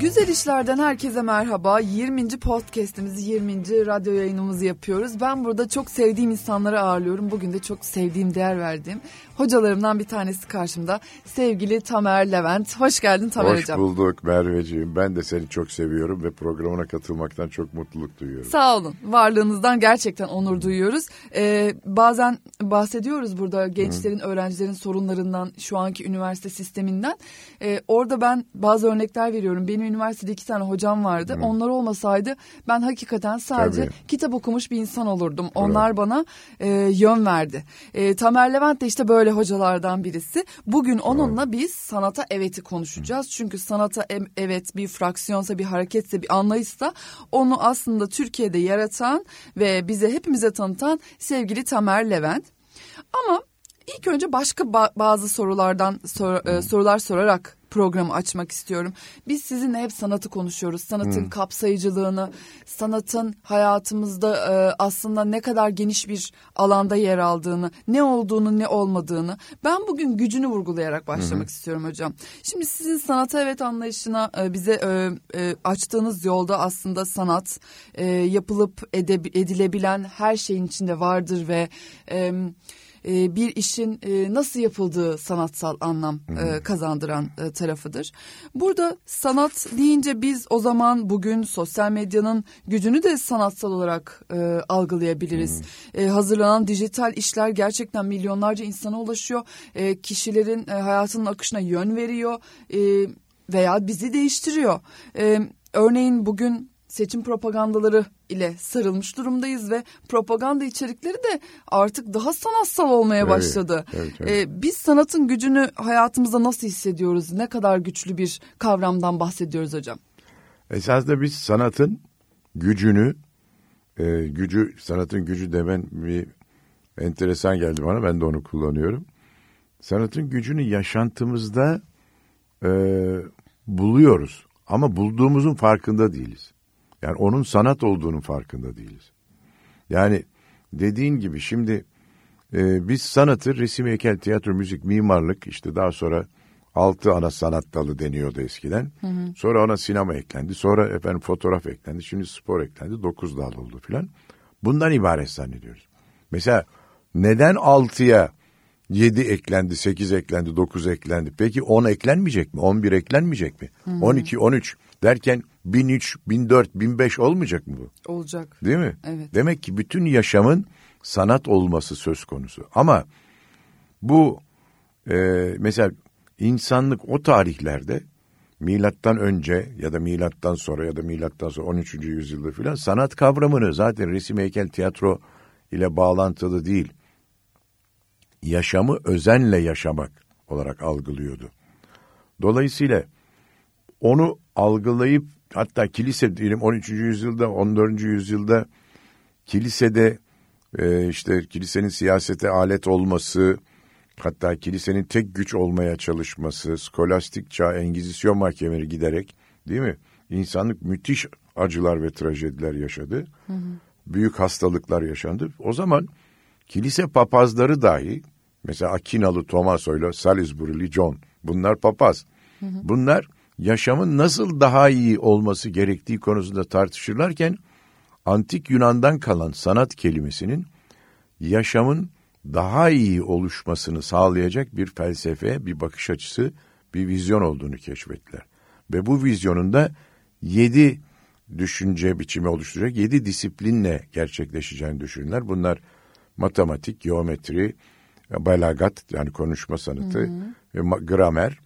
Güzel işlerden herkese merhaba. 20. podcast'imizi, 20. radyo yayınımızı yapıyoruz. Ben burada çok sevdiğim insanları ağırlıyorum. Bugün de çok sevdiğim, değer verdiğim hocalarımdan bir tanesi karşımda. Sevgili Tamer Levent. Hoş geldin Tamer Hocam. Hoş bulduk Merveciğim. Ben de seni çok seviyorum ve programına katılmaktan çok mutluluk duyuyorum. Sağ olun. Varlığınızdan gerçekten onur duyuyoruz. Bazen bahsediyoruz burada gençlerin, öğrencilerin sorunlarından, şu anki üniversite sisteminden. Orada ben bazı örnekler veriyorum. Benim üniversitede 2 tane hocam vardı. Onlar olmasaydı ben hakikaten sadece kitap okumuş bir insan olurdum. Onlar bana yön verdi. Tamer Levent de işte böyle hocalardan birisi. Bugün onunla biz sanata evet'i konuşacağız. Çünkü sanata evet bir fraksiyonsa, bir hareketse, bir anlayışsa onu aslında Türkiye'de yaratan ve bize hepimize tanıtan sevgili Tamer Levent. Ama ilk önce başka bazı sorular sorarak programı açmak istiyorum. Biz sizinle hep sanatı konuşuyoruz. Sanatın kapsayıcılığını, sanatın hayatımızda aslında ne kadar geniş bir alanda yer aldığını, ne olduğunu, ne olmadığını. Ben bugün gücünü vurgulayarak başlamak istiyorum hocam. Şimdi sizin sanata evet anlayışına bize açtığınız yolda aslında sanat yapılıp edilebilen her şeyin içinde vardır ve bir işin nasıl yapıldığı sanatsal anlam kazandıran tarafıdır. Burada sanat deyince biz o zaman bugün sosyal medyanın gücünü de sanatsal olarak algılayabiliriz. Hazırlanan dijital işler gerçekten milyonlarca insana ulaşıyor. Kişilerin hayatının akışına yön veriyor veya bizi değiştiriyor. Örneğin bugün seçim propagandaları ile sarılmış durumdayız ve propaganda içerikleri de artık daha sanatsal olmaya başladı. Evet. Biz sanatın gücünü hayatımızda nasıl hissediyoruz? Ne kadar güçlü bir kavramdan bahsediyoruz hocam? Esasında biz sanatın gücünü, sanatın gücü demen bir enteresan geldi bana. Ben de onu kullanıyorum. Sanatın gücünü yaşantımızda buluyoruz. Ama bulduğumuzun farkında değiliz. Yani onun sanat olduğunun farkında değiliz. Yani dediğin gibi şimdi biz sanatı resim, heykel, tiyatro, müzik, mimarlık, işte daha sonra 6 ana sanat dalı deniyordu eskiden. Sonra ona sinema eklendi. Sonra fotoğraf eklendi. Şimdi spor eklendi. 9 dal oldu filan. Bundan ibaret zannediyoruz. Mesela neden 6'ya 7 eklendi, 8 eklendi, 9 eklendi? Peki 10 eklenmeyecek mi? 11 eklenmeyecek mi? 12, 13 derken 1003, 1004, 1005 olmayacak mı bu? Olacak. Değil mi? Evet. Demek ki bütün yaşamın sanat olması söz konusu. Ama bu mesela insanlık o tarihlerde milattan önce ya da milattan sonra ya da milattan sonra 13. yüzyılda filan sanat kavramını zaten resim, heykel, tiyatro ile bağlantılı değil, yaşamı özenle yaşamak olarak algılıyordu. Dolayısıyla onu algılayıp hatta kilise diyelim 13. yüzyılda 14. yüzyılda kilisede işte kilisenin siyasete alet olması, hatta kilisenin tek güç olmaya çalışması, skolastik çağ, Engizisyon mahkemeleri giderek, değil mi? İnsanlık müthiş acılar ve trajediler yaşadı. Büyük hastalıklar yaşandı. O zaman kilise papazları dahi, mesela Akinalı Tomaso ile Salisbury'li John, bunlar papaz. Bunlar yaşamın nasıl daha iyi olması gerektiği konusunda tartışırlarken antik Yunan'dan kalan sanat kelimesinin yaşamın daha iyi oluşmasını sağlayacak bir felsefe, bir bakış açısı, bir vizyon olduğunu keşfettiler. Ve bu vizyonun da 7 düşünce biçimi oluşturacak 7 disiplinle gerçekleşeceğini düşünürler. Bunlar matematik, geometri, belagat yani konuşma sanatı, gramer,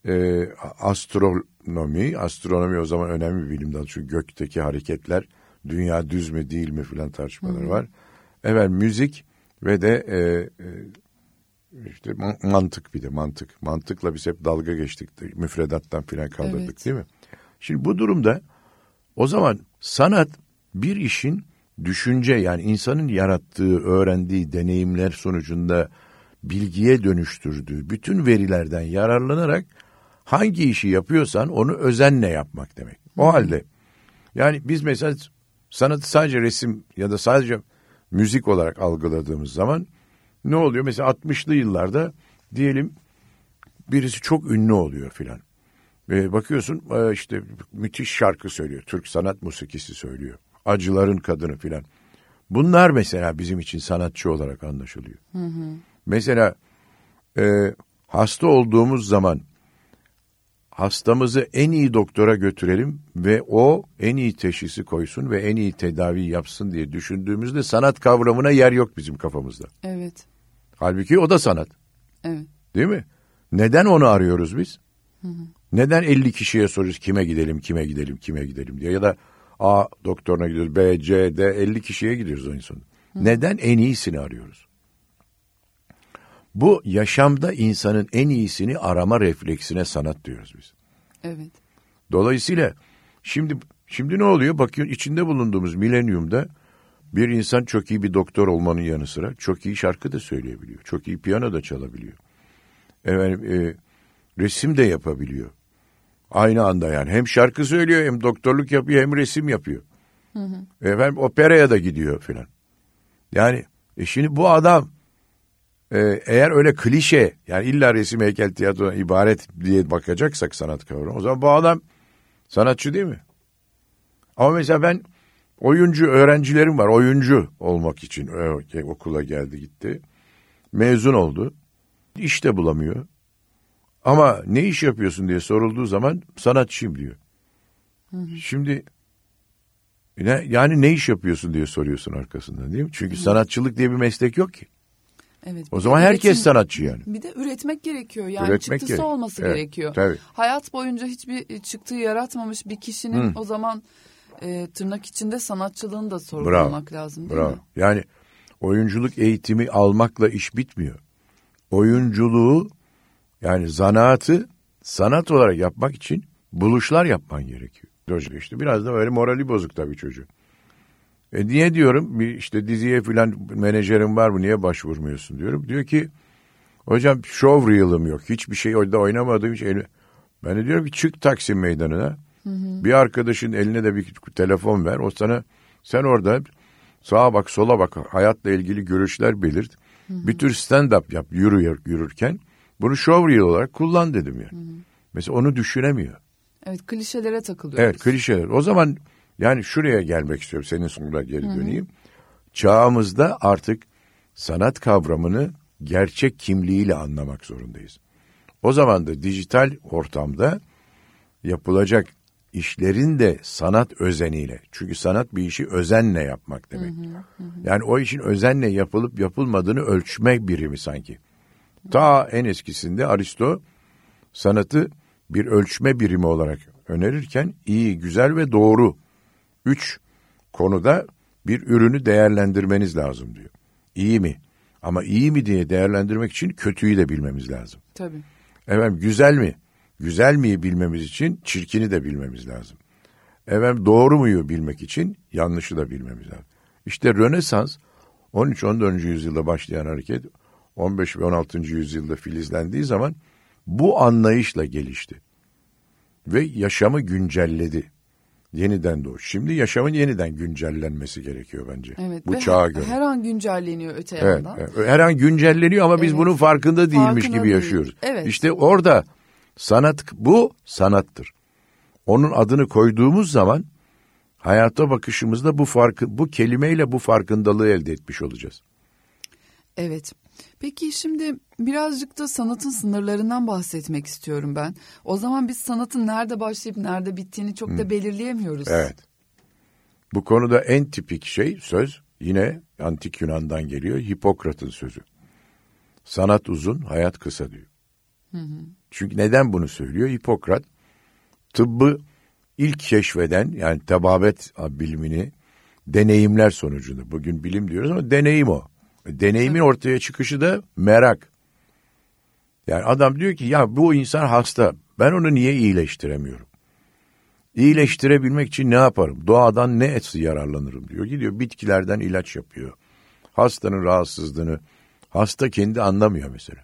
astronomi o zaman önemli bir bilim dalı çünkü gökteki hareketler dünya düz mü değil mi filan tartışmaları var. Evet, müzik ve de işte mantık, bir de mantıkla biz hep dalga geçtik, müfredattan filan kaldırdık, değil mi? Şimdi bu durumda o zaman sanat bir işin düşünce, yani insanın yarattığı, öğrendiği deneyimler sonucunda bilgiye dönüştürdüğü bütün verilerden yararlanarak hangi işi yapıyorsan onu özenle yapmak demek. O halde yani biz mesela sanatı sadece resim ya da sadece müzik olarak algıladığımız zaman ne oluyor? Mesela 60'lı yıllarda diyelim birisi çok ünlü oluyor filan. Bakıyorsun işte müthiş şarkı söylüyor. Türk sanat musikisi söylüyor. Acıların kadını filan. Bunlar mesela bizim için sanatçı olarak anlaşılıyor. Hı hı. Mesela hasta olduğumuz zaman hastamızı en iyi doktora götürelim ve o en iyi teşhisi koysun ve en iyi tedavi yapsın diye düşündüğümüzde sanat kavramına yer yok bizim kafamızda. Evet. Halbuki o da sanat. Evet. Değil mi? Neden onu arıyoruz biz? Hı hı. Neden 50 kişiye soruyoruz kime gidelim diye ya da A doktoruna gidiyoruz, B, C, D 50 kişiye gidiyoruz en son. Neden en iyisini arıyoruz? Bu yaşamda insanın en iyisini arama refleksine sanat diyoruz biz. Evet. Dolayısıyla şimdi ne oluyor? Bakıyorsun içinde bulunduğumuz milenyumda bir insan çok iyi bir doktor olmanın yanı sıra çok iyi şarkı da söyleyebiliyor. Çok iyi piyano da çalabiliyor. Resim de yapabiliyor. Aynı anda yani hem şarkı söylüyor hem doktorluk yapıyor hem resim yapıyor. Hı hı. Operaya da gidiyor filan. Yani şimdi bu adam eğer öyle klişe yani illa resim, heykel, tiyatrodan ibaret diye bakacaksak sanat kavramı o zaman bu adam sanatçı değil mi? Ama mesela ben oyuncu öğrencilerim var. Oyuncu olmak için okula geldi gitti. Mezun oldu. İş de bulamıyor. Ama ne iş yapıyorsun diye sorulduğu zaman sanatçıyım diyor. Hı hı. Şimdi yani ne iş yapıyorsun diye soruyorsun arkasından değil mi? Çünkü sanatçılık diye bir meslek yok ki. Evet. O zaman herkes sanatçı yani. Bir de üretmek gerekiyor. Yani çıktısı olması gerekiyor. Tabii. Hayat boyunca hiçbir çıktığı yaratmamış bir kişinin o zaman tırnak içinde sanatçılığını da sorgulamak lazım değil mi? Yani oyunculuk eğitimi almakla iş bitmiyor. Oyunculuğu yani zanaatı sanat olarak yapmak için buluşlar yapman gerekiyor. İşte biraz da böyle morali bozuk tabii çocuğun. Niye diyorum işte diziye filan menajerim var mı niye başvurmuyorsun diyorum. Diyor ki hocam show reel'ım yok. Hiçbir şey orada oynamadığım için. Ben de diyorum ki çık Taksim Meydanı'na. Hı hı. Bir arkadaşın eline de bir telefon ver. Sen orada sağa bak sola bak hayatla ilgili görüşler belirt. Hı hı. Bir tür stand-up yap yürürken. Bunu show reel olarak kullan dedim yani. Hı hı. Mesela onu düşünemiyor. Evet klişelere takılıyoruz. Evet klişeler. O zaman yani şuraya gelmek istiyorum. Senin sonra geri döneyim. Hı hı. Çağımızda artık sanat kavramını gerçek kimliğiyle anlamak zorundayız. O zaman da dijital ortamda yapılacak işlerin de sanat özeniyle. Çünkü sanat bir işi özenle yapmak demek. Hı hı, hı. Yani o işin özenle yapılıp yapılmadığını ölçme birimi sanki. Ta en eskisinde Aristo sanatı bir ölçme birimi olarak önerirken iyi, güzel ve doğru 3 konuda bir ürünü değerlendirmeniz lazım diyor. İyi mi? Ama iyi mi diye değerlendirmek için kötüyü de bilmemiz lazım. Tabii. Güzel mi? Güzel miyi bilmemiz için çirkini de bilmemiz lazım. Doğru muyu bilmek için yanlışı da bilmemiz lazım. İşte Rönesans 13-14. yüzyılda başlayan hareket 15 ve 16. yüzyılda filizlendiği zaman bu anlayışla gelişti. Ve yaşamı güncelledi. Yeniden doğu. Şimdi yaşamın yeniden güncellenmesi gerekiyor bence. Evet, bu çağa göre. Her an güncelleniyor öte yandan. Evet, her an güncelleniyor ama biz bunun farkında değilmiş gibi yaşıyoruz. Evet. İşte orada bu sanattır. Onun adını koyduğumuz zaman hayata bakışımızda bu kelimeyle bu farkındalığı elde etmiş olacağız. Evet. Peki şimdi birazcık da sanatın sınırlarından bahsetmek istiyorum ben. O zaman biz sanatın nerede başlayıp nerede bittiğini çok da belirleyemiyoruz. Evet. Bu konuda en tipik söz yine antik Yunan'dan geliyor. Hipokrat'ın sözü. Sanat uzun, hayat kısa diyor. Hı hı. Çünkü neden bunu söylüyor? Hipokrat tıbbı ilk keşfeden yani tababet bilimini deneyimler sonucunda. Bugün bilim diyoruz ama deneyim o. Deneyimin ortaya çıkışı da merak. Yani adam diyor ki ya bu insan hasta. Ben onu niye iyileştiremiyorum? İyileştirebilmek için ne yaparım? Doğadan ne yararlanırım diyor. Gidiyor bitkilerden ilaç yapıyor. Hastanın rahatsızlığını hasta kendi anlamıyor mesela.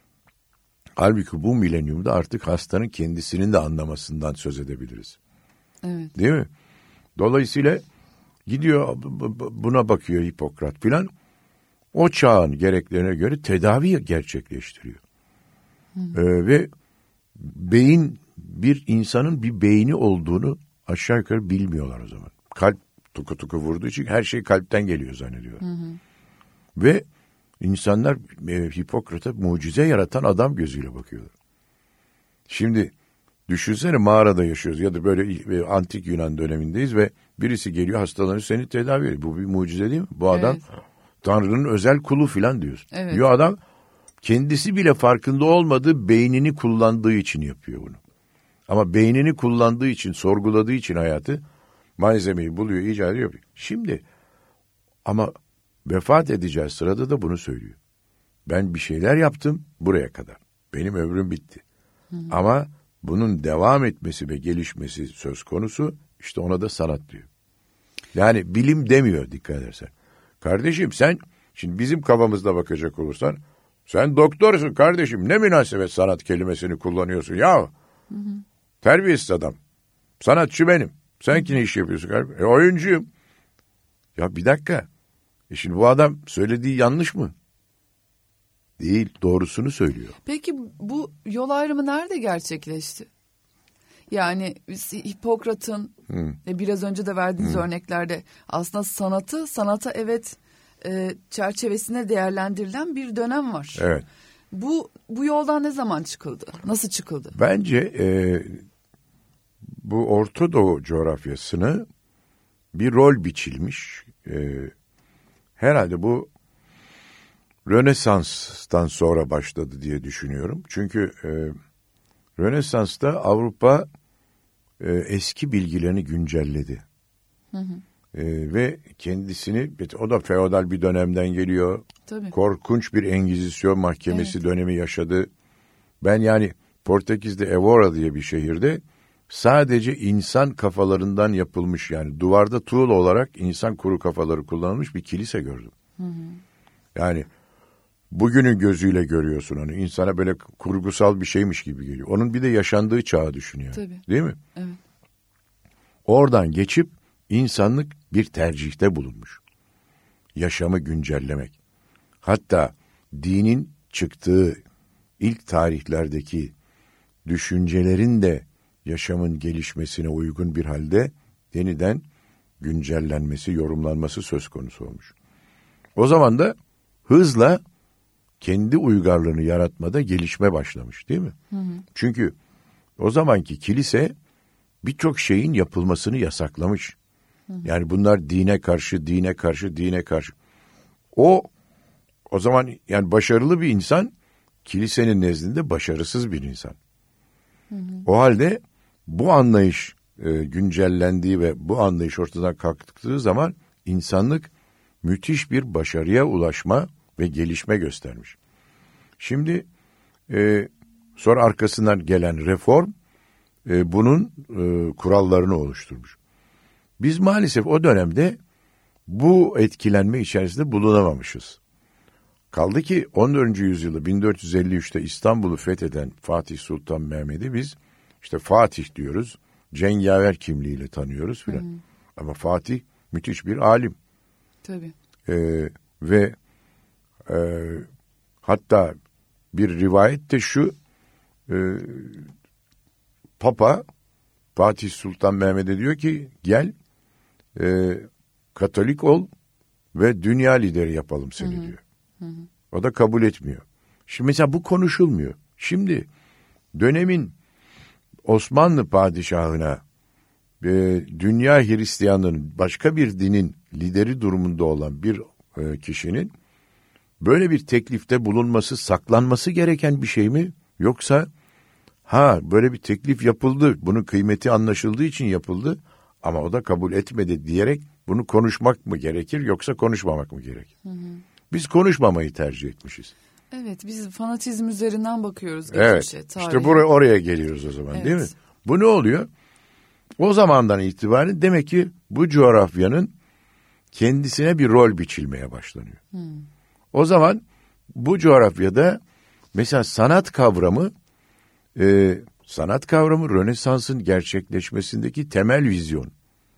Halbuki bu milenyumda artık hastanın kendisinin de anlamasından söz edebiliriz. Evet. Değil mi? Dolayısıyla gidiyor buna bakıyor Hipokrat filan. O çağın gereklerine göre tedavi gerçekleştiriyor. Ve beyin bir insanın bir beyni olduğunu aşağı yukarı bilmiyorlar o zaman. Kalp tuku tuku vurduğu için her şey kalpten geliyor zannediyorlar. Ve insanlar Hipokrat'a mucize yaratan adam gözüyle bakıyorlar. Şimdi düşünsene, mağarada yaşıyoruz ya da böyle antik Yunan dönemindeyiz ve birisi geliyor, hastalanıyor, seni tedavi ediyor. Bu bir mucize değil mi? Bu adam Tanrı'nın özel kulu filan diyorsun. Evet. Diyor adam, kendisi bile farkında olmadığı beynini kullandığı için yapıyor bunu. Ama beynini kullandığı için, sorguladığı için hayatı, malzemeyi buluyor, icat ediyor. Şimdi ama vefat edeceği sırada da bunu söylüyor. Ben bir şeyler yaptım buraya kadar. Benim ömrüm bitti. Ama bunun devam etmesi ve gelişmesi söz konusu, işte ona da sanat diyor. Yani bilim demiyor, dikkat edersen. Kardeşim sen, şimdi bizim kafamızda bakacak olursan, sen doktorsun kardeşim, ne münasebet sanat kelimesini kullanıyorsun ya. Terbiyesiz adam. Sanatçı benim. Sen ki ne iş yapıyorsun kardeşim? Oyuncuyum. Ya bir dakika. Şimdi bu adam söylediği yanlış mı? Değil, doğrusunu söylüyor. Peki bu yol ayrımı nerede gerçekleşti? Yani Hipokrat'ın biraz önce de verdiğiniz örneklerde aslında sanata evet çerçevesine değerlendirilen bir dönem var. Evet. Bu yoldan ne zaman çıkıldı? Nasıl çıkıldı? Bence bu Orta Doğu coğrafyasını bir rol biçilmiş. Herhalde bu Rönesans'tan sonra başladı diye düşünüyorum. Çünkü Rönesans'ta Avrupa eski bilgilerini güncelledi. Ve kendisini, o da feodal bir dönemden geliyor. Tabii. Korkunç bir Engizisyon mahkemesi dönemi yaşadı. Ben yani Portekiz'de Evora diye bir şehirde sadece insan kafalarından yapılmış, yani duvarda tuğla olarak insan kuru kafaları kullanılmış bir kilise gördüm. Yani bugünün gözüyle görüyorsun onu. İnsana böyle kurgusal bir şeymiş gibi geliyor. Onun bir de yaşandığı çağı düşünüyor. Tabii. Değil mi? Evet. Oradan geçip insanlık bir tercihte bulunmuş. Yaşamı güncellemek. Hatta dinin çıktığı ilk tarihlerdeki düşüncelerin de yaşamın gelişmesine uygun bir halde yeniden güncellenmesi, yorumlanması söz konusu olmuş. O zaman da hızla kendi uygarlığını yaratmada gelişme başlamış, değil mi? Çünkü o zamanki kilise birçok şeyin yapılmasını yasaklamış. Yani bunlar dine karşı. O zaman yani başarılı bir insan kilisenin nezdinde başarısız bir insan. O halde bu anlayış güncellendiği ve bu anlayış ortadan kalktığı zaman insanlık müthiş bir başarıya ulaşma ve gelişme göstermiş. Şimdi sonra arkasından gelen reform bunun kurallarını oluşturmuş. Biz maalesef o dönemde bu etkilenme içerisinde bulunamamışız. Kaldı ki 14. yüzyılda 1453'te İstanbul'u fetheden Fatih Sultan Mehmet'i biz işte Fatih diyoruz, cengaver kimliğiyle tanıyoruz filan. Ama Fatih müthiş bir alim. Tabii. Ve hatta bir rivayet de şu, Papa Fatih Sultan Mehmet'e diyor ki gel Katolik ol ve dünya lideri yapalım seni diyor. O da kabul etmiyor. Şimdi mesela bu konuşulmuyor. Şimdi dönemin Osmanlı padişahına dünya Hristiyanlığının başka bir dinin lideri durumunda olan bir kişinin böyle bir teklifte bulunması, saklanması gereken bir şey mi? Yoksa böyle bir teklif yapıldı, bunun kıymeti anlaşıldığı için yapıldı ama o da kabul etmedi diyerek bunu konuşmak mı gerekir yoksa konuşmamak mı gerekir? Biz konuşmamayı tercih etmişiz. Evet, biz fanatizm üzerinden bakıyoruz geçmişe, tarihe. İşte oraya geliyoruz o zaman, değil mi? Bu ne oluyor? O zamandan itibaren demek ki bu coğrafyanın kendisine bir rol biçilmeye başlanıyor. O zaman bu coğrafyada mesela sanat kavramı Rönesans'ın gerçekleşmesindeki temel vizyon.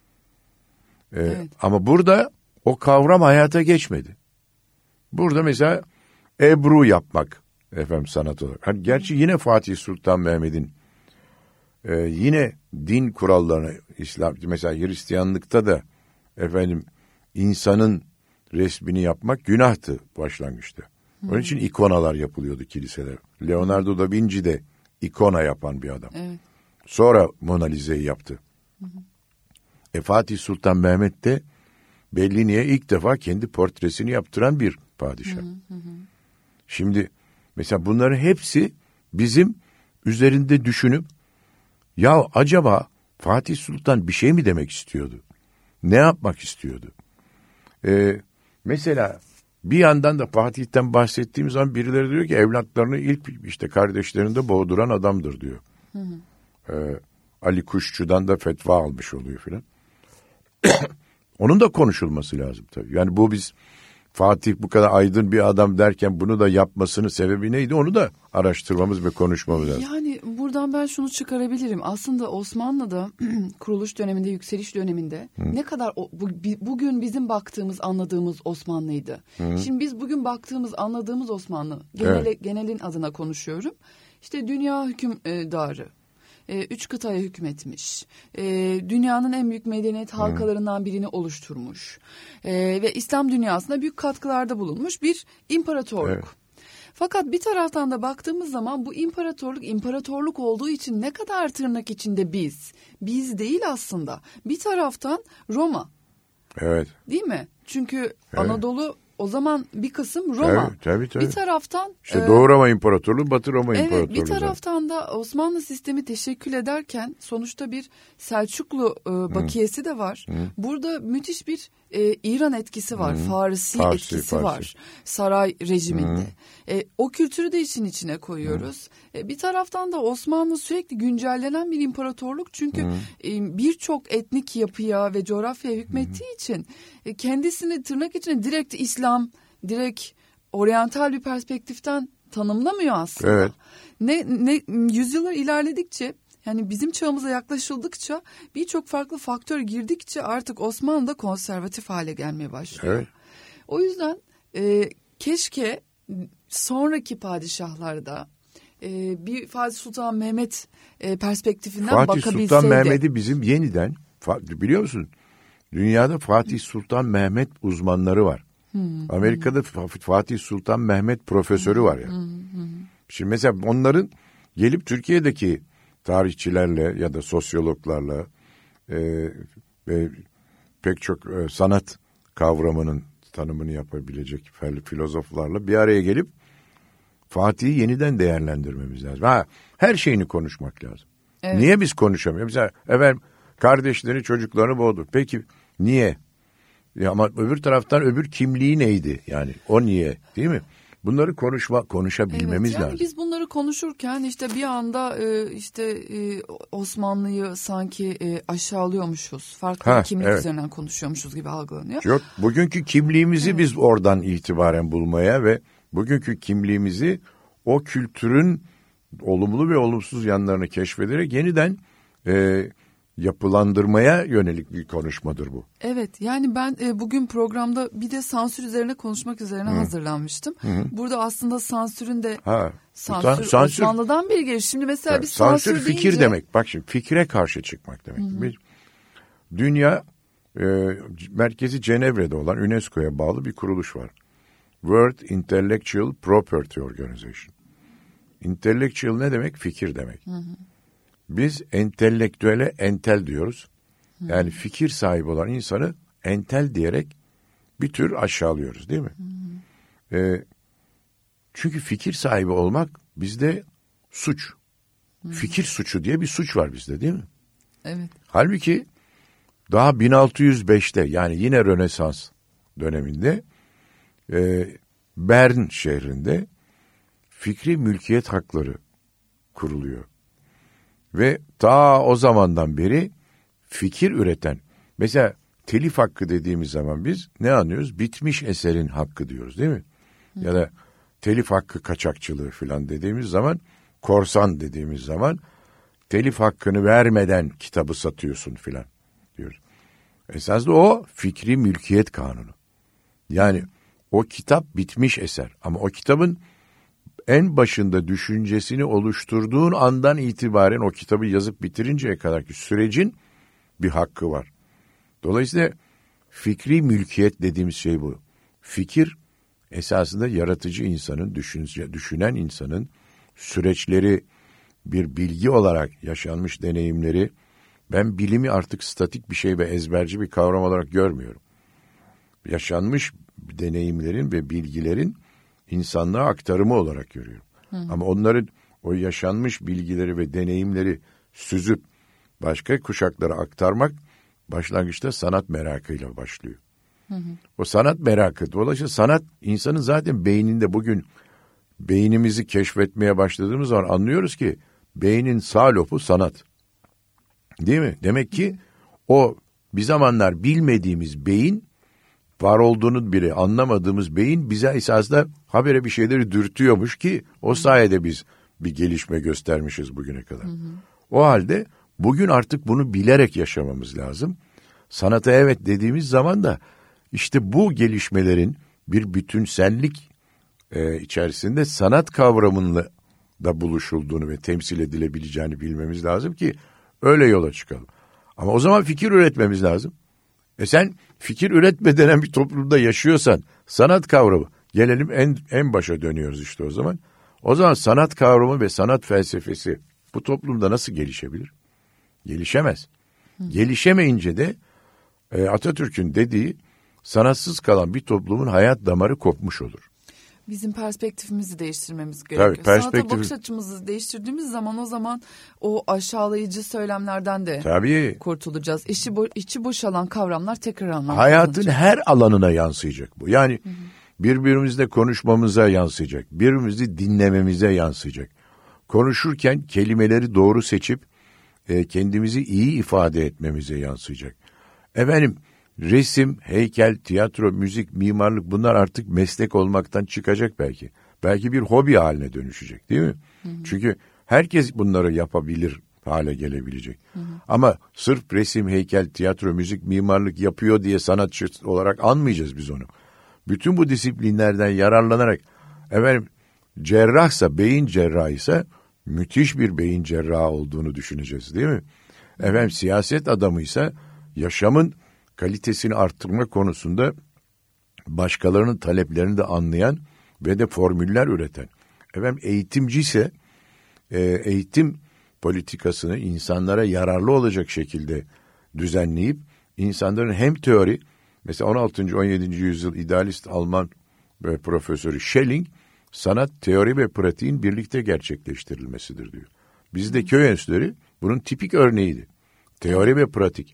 Ama burada o kavram hayata geçmedi. Burada mesela Ebru yapmak sanat olarak. Gerçi yine Fatih Sultan Mehmet'in Yine din kurallarına, İslam mesela Hristiyanlıkta da efendim insanın resmini yapmak günahtı başlangıçta. Onun için ikonalar yapılıyordu kiliseler. Leonardo da Vinci de ikona yapan bir adam. Evet. Sonra Mona Lisa'yı yaptı. Fatih Sultan Mehmet de Bellini'ye ilk defa kendi portresini yaptıran bir padişah. Şimdi mesela bunların hepsi bizim üzerinde düşünüp ya acaba Fatih Sultan bir şey mi demek istiyordu? Ne yapmak istiyordu? Mesela bir yandan da Fatih'ten bahsettiğimiz zaman birileri diyor ki evlatlarını ilk işte kardeşlerinde boğduran adamdır diyor. Ali Kuşçu'dan da fetva almış oluyor filan. Onun da konuşulması lazım tabii. Yani bu biz Fatih bu kadar aydın bir adam derken bunu da yapmasının sebebi neydi? Onu da araştırmamız ve konuşmamız lazım. Yani buradan ben şunu çıkarabilirim. Aslında Osmanlı'da kuruluş döneminde, yükseliş döneminde ne kadar bugün bizim baktığımız, anladığımız Osmanlı'ydı. Şimdi biz bugün baktığımız, anladığımız Osmanlı, genelin adına konuşuyorum. İşte dünya hükümdarı. 3 kıtaya hükmetmiş. Dünyanın en büyük medeniyet halkalarından birini oluşturmuş. Ve İslam dünyasına büyük katkılarda bulunmuş bir imparatorluk. Evet. Fakat bir taraftan da baktığımız zaman bu imparatorluk olduğu için ne kadar tırnak içinde biz değil aslında. Bir taraftan Roma. Evet. Değil mi? Çünkü Anadolu o zaman bir kısım Roma. Tabii. Bir taraftan İşte Doğu Roma İmparatorluğu, Batı Roma İmparatorluğu. Evet, bir taraftan da Osmanlı sistemi teşekkül ederken sonuçta bir Selçuklu bakiyesi de var. Burada müthiş bir İran etkisi var. Farsi etkisi var. Saray rejiminde. O kültürü de işin içine koyuyoruz. Bir taraftan da Osmanlı sürekli güncellenen bir imparatorluk. Çünkü birçok etnik yapıya ve coğrafyaya hükmettiği için kendisini tırnak içine direkt İslam, direkt oryantal bir perspektiften tanımlamıyor aslında. Evet. Ne yüzyıllar ilerledikçe, yani bizim çağımıza yaklaşıldıkça, birçok farklı faktör girdikçe artık Osmanlı da konservatif hale gelmeye başlıyor. Evet. O yüzden keşke sonraki padişahlarda bir Fatih Sultan Mehmet perspektifinden bakabilseydi. Fatih Sultan Mehmet'i bizim yeniden, biliyor musun? Dünyada Fatih Sultan Mehmet uzmanları var. Amerika'da Fatih Sultan Mehmet profesörü var ya. Şimdi mesela onların gelip Türkiye'deki tarihçilerle ya da sosyologlarla ve pek çok sanat kavramının tanımını yapabilecek filozoflarla bir araya gelip Fatih'i yeniden değerlendirmemiz lazım. Her şeyini konuşmak lazım. Evet. Niye biz konuşamıyoruz? Mesela efendim kardeşleri çocuklarını boğdu. Peki niye? Ama öbür taraftan öbür kimliği neydi? Yani o niye, değil mi? Bunları konuşabilmemiz yani lazım. Biz bunları konuşurken işte bir anda Osmanlı'yı sanki aşağılıyormuşuz. Farklı kimlik üzerinden konuşuyormuşuz gibi algılanıyor. Yok, bugünkü kimliğimizi biz oradan itibaren bulmaya ve bugünkü kimliğimizi o kültürün olumlu ve olumsuz yanlarını keşfederek yeniden yapılandırmaya yönelik bir konuşmadır bu. Evet, yani ben bugün programda bir de sansür üzerine konuşmak üzerine hazırlanmıştım. Burada aslında sansürün de sansür Osmanlı'dan beri geliyor. Şimdi mesela bir sansür fikir deyince... demek. Bak şimdi fikre karşı çıkmak demek. Dünya merkezi Cenevre'de olan UNESCO'ya bağlı bir kuruluş var. World Intellectual Property Organization. Intellectual ne demek? Fikir demek. Biz entelektüele entel diyoruz. Yani fikir sahibi olan insanı entel diyerek bir tür aşağılıyoruz, değil mi? Çünkü fikir sahibi olmak bizde suç. Fikir suçu diye bir suç var bizde, değil mi? Evet. Halbuki daha 1605'te, yani yine Rönesans döneminde Bern şehrinde fikri mülkiyet hakları kuruluyor. Ve ta o zamandan beri fikir üreten, mesela telif hakkı dediğimiz zaman biz ne anlıyoruz? Bitmiş eserin hakkı diyoruz, değil mi? Ya da telif hakkı kaçakçılığı falan dediğimiz zaman, korsan dediğimiz zaman telif hakkını vermeden kitabı satıyorsun falan diyoruz. Esasında o fikri mülkiyet kanunu. Yani o kitap bitmiş eser ama o kitabın en başında düşüncesini oluşturduğun andan itibaren o kitabı yazıp bitirinceye kadarki sürecin bir hakkı var. Dolayısıyla fikri mülkiyet dediğimiz şey bu. Fikir esasında yaratıcı insanın, düşünen insanın süreçleri, bir bilgi olarak yaşanmış deneyimleri, ben bilimi artık statik bir şey ve ezberci bir kavram olarak görmüyorum. Yaşanmış deneyimlerin ve bilgilerin insanlığa aktarımı olarak görüyorum. Ama onların o yaşanmış bilgileri ve deneyimleri süzüp başka kuşaklara aktarmak başlangıçta sanat merakıyla başlıyor. O sanat merakı, dolayısıyla sanat insanın zaten beyninde. Bugün beynimizi keşfetmeye başladığımız zaman anlıyoruz ki beynin sağ lobu sanat. Değil mi? Demek ki o bir zamanlar bilmediğimiz beyin, var olduğunu bile anlamadığımız beyin bize esasında habere bir şeyleri dürtüyormuş ki o sayede biz bir gelişme göstermişiz bugüne kadar. O halde bugün artık bunu bilerek yaşamamız lazım. Sanata evet dediğimiz zaman da işte bu gelişmelerin bir bütünsellik içerisinde sanat kavramıyla da buluşulduğunu ve temsil edilebileceğini bilmemiz lazım ki öyle yola çıkalım. Ama o zaman fikir üretmemiz lazım. Sen fikir üretme denen bir toplumda yaşıyorsan sanat kavramı, gelelim en başa dönüyoruz işte o zaman. O zaman sanat kavramı ve sanat felsefesi bu toplumda nasıl gelişebilir? Gelişemez. Gelişemeyince de Atatürk'ün dediği sanatsız kalan bir toplumun hayat damarı kopmuş olur. Bizim perspektifimizi değiştirmemiz gerekiyor. Tabii, sanata bakış açımızı değiştirdiğimiz zaman o zaman o aşağılayıcı söylemlerden de kurtulacağız. İçi boşalan kavramlar tekrar anlam hayatın kazanacak. Her alanına yansıyacak bu. Yani birbirimizle konuşmamıza yansıyacak. Birbirimizi dinlememize yansıyacak. Konuşurken kelimeleri doğru seçip kendimizi iyi ifade etmemize yansıyacak. Efendim, resim, heykel, tiyatro, müzik, mimarlık bunlar artık meslek olmaktan çıkacak belki. Belki bir hobi haline dönüşecek, değil mi? Çünkü herkes bunları yapabilir hale gelebilecek. Ama sırf resim, heykel, tiyatro, müzik, mimarlık yapıyor diye sanatçı olarak anmayacağız biz onu. Bütün bu disiplinlerden yararlanarak, efendim, cerrahsa, beyin cerrahıysa müthiş bir beyin cerrahı olduğunu düşüneceğiz, değil mi? Efendim, siyaset adamıysa yaşamın kalitesini arttırma konusunda başkalarının taleplerini de anlayan ve de formüller üreten. Efendim, eğitimci ise eğitim politikasını insanlara yararlı olacak şekilde düzenleyip insanların hem teori, mesela 16. 17. yüzyıl idealist Alman profesörü Schelling, sanat, teori ve pratiğin birlikte bizde diyor. Bizde köy enstitüleri bunun tipik örneğiydi. Teori ve pratik.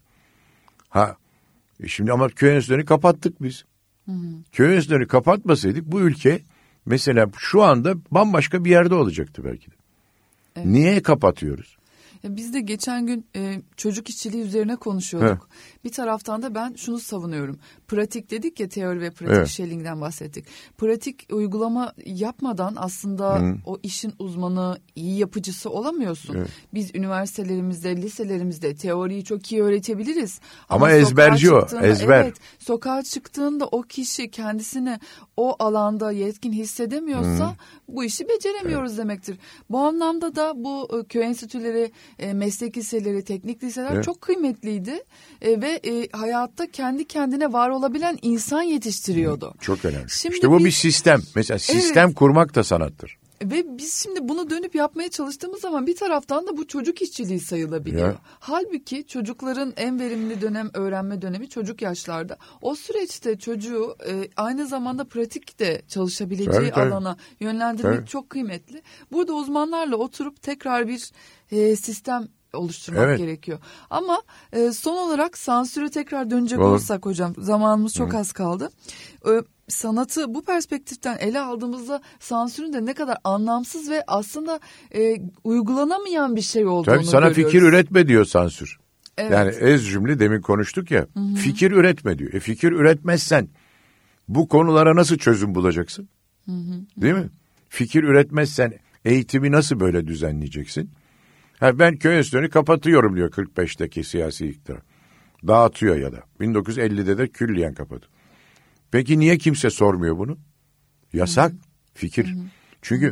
Şimdi ama köy enstitülerini kapattık biz. Köy enstitülerini kapatmasaydık bu ülke mesela şu anda bambaşka bir yerde olacaktı belki de. Evet. Niye kapatıyoruz? Biz de geçen gün çocuk işçiliği üzerine konuşuyorduk. Bir taraftan da ben şunu savunuyorum. Pratik dedik ya, teori ve pratik, Schelling'den bahsettik. Pratik uygulama yapmadan aslında o işin uzmanı, iyi yapıcısı olamıyorsun. Evet. Biz üniversitelerimizde, liselerimizde teoriyi çok iyi öğretebiliriz. Ama ezberci o, ezber. Evet, sokağa çıktığında o kişi kendisini o alanda yetkin hissedemiyorsa bu işi beceremiyoruz demektir. Bu anlamda da bu köy enstitüleri, meslek liseleri, teknik liseler çok kıymetliydi ve hayatta kendi kendine var olabilen insan yetiştiriyordu. Çok önemli. Şimdi işte bu bir sistem. Mesela sistem kurmak da sanattır. Ve biz şimdi bunu dönüp yapmaya çalıştığımız zaman bir taraftan da bu çocuk işçiliği sayılabiliyor. Halbuki çocukların en verimli dönem, öğrenme dönemi çocuk yaşlarda. O süreçte çocuğu aynı zamanda pratik de çalışabileceği alana yönlendirmek çok kıymetli. Burada uzmanlarla oturup tekrar bir sistem oluşturmak gerekiyor. Ama son olarak sansüre tekrar dönecek olursak hocam, zamanımız çok az kaldı. Sanatı bu perspektiften ele aldığımızda sansürün de ne kadar anlamsız ve aslında uygulanamayan bir şey olduğunu görüyoruz. Sana fikir üretme diyor sansür. Evet. Yani ez cümle demin konuştuk ya, fikir üretme diyor. Fikir üretmezsen bu konulara nasıl çözüm bulacaksın? Değil mi? Fikir üretmezsen eğitimi nasıl böyle düzenleyeceksin? Ben köy enstitülerini kapatıyorum diyor 45'teki siyasi iktidar. Dağıtıyor ya da. 1950'de de külliyen kapadı. Peki niye kimse sormuyor bunu? Yasak fikir. Çünkü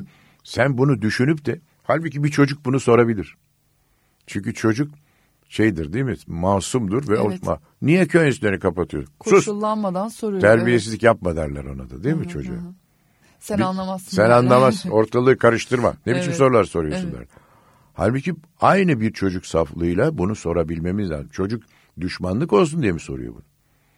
Sen bunu düşünüp de halbuki bir çocuk bunu sorabilir. Çünkü çocuk şeydir değil mi? Masumdur ve Evet. niye köy enstitülerini kapatıyorsun? Sus. Koşullanmadan soruyor. Terbiyesizlik yapma derler ona da değil mi çocuğa? Sen anlamazsın. Sen anlamazsın. Ortalığı karıştırma. Ne biçim Evet. sorular soruyorsun Evet. der. Halbuki aynı bir çocuk saflığıyla bunu sorabilmemiz lazım. Çocuk düşmanlık olsun diye mi soruyor bunu?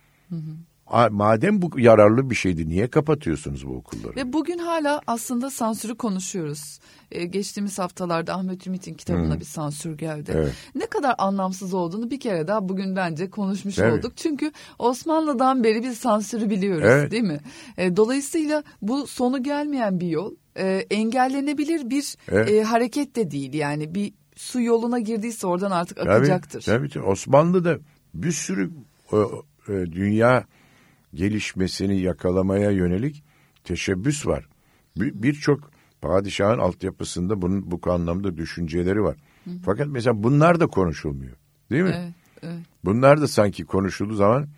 Madem bu yararlı bir şeydi niye kapatıyorsunuz bu okulları? Ve bugün hala aslında sansürü konuşuyoruz. Geçtiğimiz haftalarda Ahmet Ümit'in kitabına bir sansür geldi. Evet. Ne kadar anlamsız olduğunu bir kere daha bugün bence konuşmuş Evet. olduk. Çünkü Osmanlı'dan beri biz sansürü biliyoruz, Evet. değil mi? Dolayısıyla bu sonu gelmeyen bir yol. Engellenebilir bir hareket de değil. Yani bir su yoluna girdiyse oradan artık akacaktır. Tabii. Osmanlı'da bir sürü dünya gelişmesini yakalamaya yönelik teşebbüs var. Birçok padişahın altyapısında bunun bu anlamda düşünceleri var. Fakat mesela bunlar da konuşulmuyor. Değil mi? Evet, evet. Bunlar da sanki konuşulduğu zaman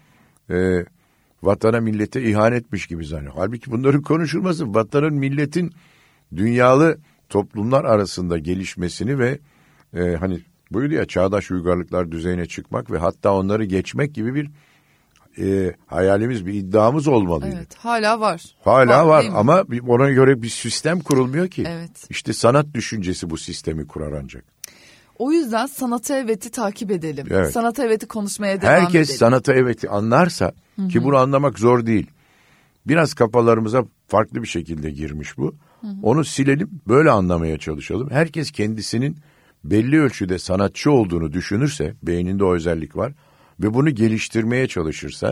vatana millete ihanetmiş gibi zannediyor. Halbuki bunların konuşulması vatanın milletin dünyalı toplumlar arasında gelişmesini ve hani buydu ya çağdaş uygarlıklar düzeyine çıkmak ve hatta onları geçmek gibi bir hayalimiz, bir iddiamız olmalıydı. Evet, hala var. Hala var değil mi? ama ona göre bir sistem kurulmuyor ki. Evet. İşte sanat düşüncesi bu sistemi kurar ancak. O yüzden sanata evet'i takip edelim. Evet. Sanata evet'i konuşmaya devam edelim. Herkes sanata evet'i anlarsa ki bunu anlamak zor değil. Biraz kafalarımıza farklı bir şekilde girmiş bu. Onu silelim, böyle anlamaya çalışalım. Herkes kendisinin belli ölçüde sanatçı olduğunu düşünürse, beyninde o özellik var ve bunu geliştirmeye çalışırsa,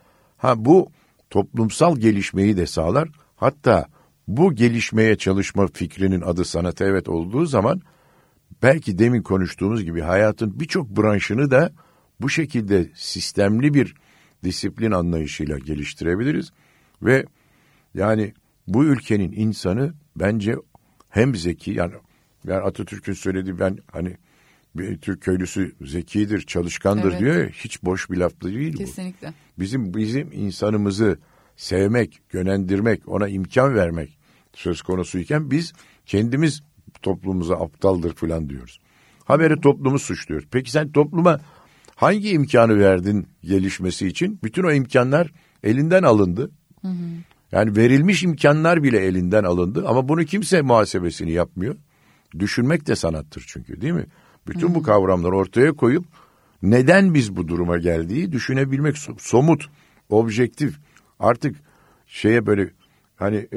bu toplumsal gelişmeyi de sağlar. Hatta bu gelişmeye çalışma fikrinin adı sanata evet olduğu zaman, belki demin konuştuğumuz gibi hayatın birçok branşını da bu şekilde sistemli bir disiplin anlayışıyla geliştirebiliriz. Ve yani bu ülkenin insanı bence hem zeki, yani Atatürk'ün söylediği, ben hani bir Türk köylüsü zekidir, çalışkandır Evet. diyor ya, hiç boş bir laf değil bu. Kesinlikle. Bizim insanımızı sevmek, yönlendirmek, ona imkan vermek söz konusuyken biz kendimiz toplumumuza aptaldır falan diyoruz. Haberi toplumu suçluyoruz. Peki sen topluma hangi imkanı verdin gelişmesi için? Bütün o imkanlar elinden alındı. Yani verilmiş imkanlar bile elinden alındı ama bunu kimse muhasebesini yapmıyor. Düşünmek de sanattır çünkü, değil mi? Bütün bu kavramları ortaya koyup neden biz bu duruma geldiği düşünebilmek, somut, objektif. Artık böyle hani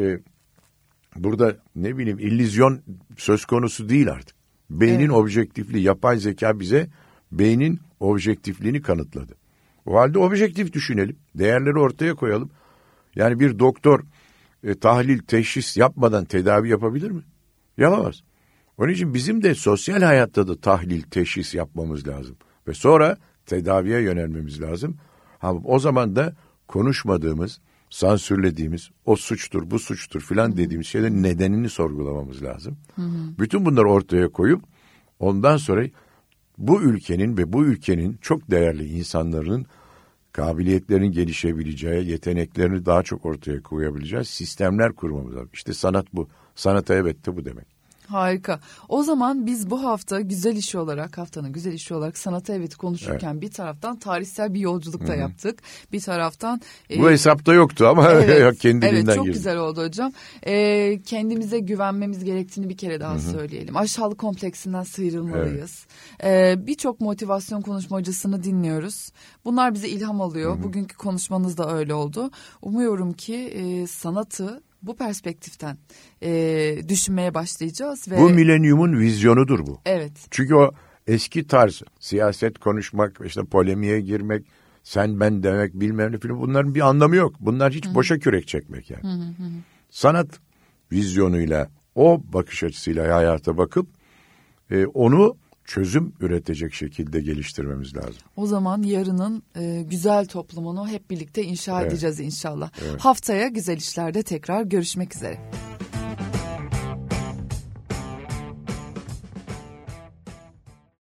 burada ne bileyim illüzyon söz konusu değil artık. Beynin objektifliği, yapay zeka bize beynin objektifliğini kanıtladı. O halde objektif düşünelim, değerleri ortaya koyalım. Yani bir doktor tahlil, teşhis yapmadan tedavi yapabilir mi? Yapamaz. Onun için bizim de sosyal hayatta da tahlil, teşhis yapmamız lazım. Ve sonra tedaviye yönelmemiz lazım. O zaman da konuşmadığımız, sansürlediğimiz, o suçtur, bu suçtur filan dediğimiz şeylerin nedenini sorgulamamız lazım. Bütün bunları ortaya koyup ondan sonra bu ülkenin ve bu ülkenin çok değerli insanların kabiliyetlerinin gelişebileceği, yeteneklerini daha çok ortaya koyabileceği sistemler kurmamız lazım. İşte sanat bu. Sanata evet de bu demek. Harika. O zaman biz bu hafta güzel işi olarak, haftanın güzel işi olarak sanata evet konuşurken bir taraftan tarihsel bir yolculuk da yaptık. Bir taraftan... Bu hesapta yoktu ama kendiliğinden girdi. Evet, çok güzel oldu hocam. Kendimize güvenmemiz gerektiğini bir kere daha söyleyelim. Aşağılık kompleksinden sıyrılmalıyız. Birçok motivasyon konuşmacısını dinliyoruz. Bunlar bize ilham alıyor. Bugünkü konuşmanız da öyle oldu. Umuyorum ki sanatı bu perspektiften düşünmeye başlayacağız. Bu milenyumun vizyonudur bu. Evet. Çünkü o eski tarz siyaset konuşmak, işte polemiğe girmek, sen ben demek bilmem ne falan, bunların bir anlamı yok. Bunlar hiç boşa kürek çekmek yani. Sanat vizyonuyla, o bakış açısıyla hayata bakıp onu çözüm üretecek şekilde geliştirmemiz lazım. O zaman yarının güzel toplumunu hep birlikte inşa edeceğiz inşallah. Evet. Haftaya güzel işlerde tekrar görüşmek üzere.